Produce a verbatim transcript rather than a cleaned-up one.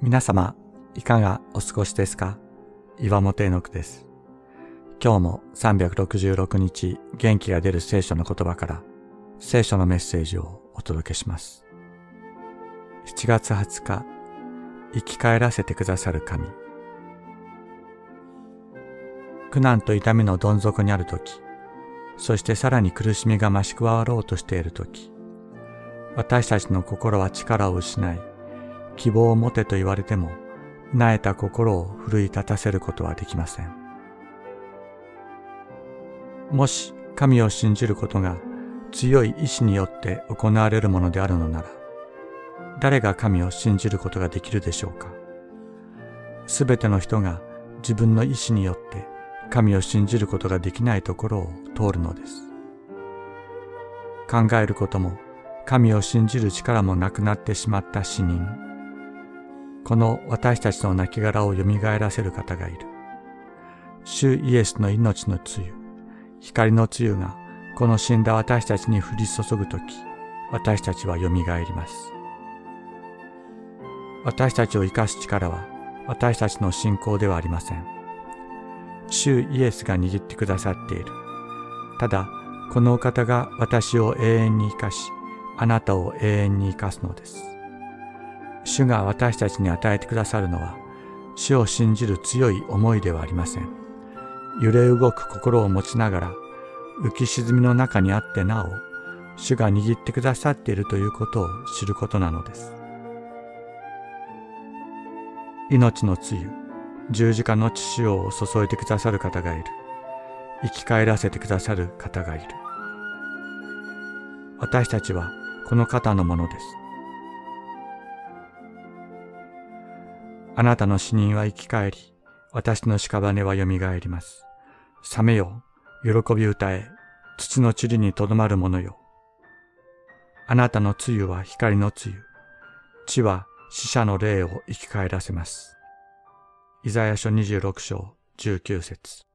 皆様、いかがお過ごしですか？岩本絵の句です。今日もさんびゃくろくじゅうろくにち元気が出る聖書の言葉から聖書のメッセージをお届けします。しちがつはつか、生き返らせてくださる神。苦難と痛みのどん底にあるとき、そしてさらに苦しみが増し加わろうとしているとき、私たちの心は力を失い、希望を持てと言われても、萎えた心を奮い立たせることはできません。もし神を信じることが強い意志によって行われるものであるのなら、誰が神を信じることができるでしょうか。すべての人が自分の意志によって神を信じることができないところを通るのです。考えることも神を信じる力もなくなってしまった死人。この私たちの亡骸をよみがえらせる方がいる。主イエスの命のつゆ、光のつゆがこの死んだ私たちに降り注ぐとき、私たちはよみがえります。私たちを生かす力は私たちの信仰ではありません。主イエスが握ってくださっている。ただ、このお方が私を永遠に生かし、あなたを永遠に生かすのです。主が私たちに与えてくださるのは、主を信じる強い思いではありません。揺れ動く心を持ちながら、浮き沈みの中にあってなお、主が握ってくださっているということを知ることなのです。命のつゆ、十字架の血潮を注いでくださる方がいる。生き返らせてくださる方がいる。私たちはこの方のものです。あなたの死人は生き返り、私の屍はよみがえります。覚めよ、喜び歌え、土の塵にとどまる者よ。あなたのつゆは光のつゆ、地は死者の霊を生き返らせます。イザヤ書にじゅうろくしょうじゅうきゅうせつ。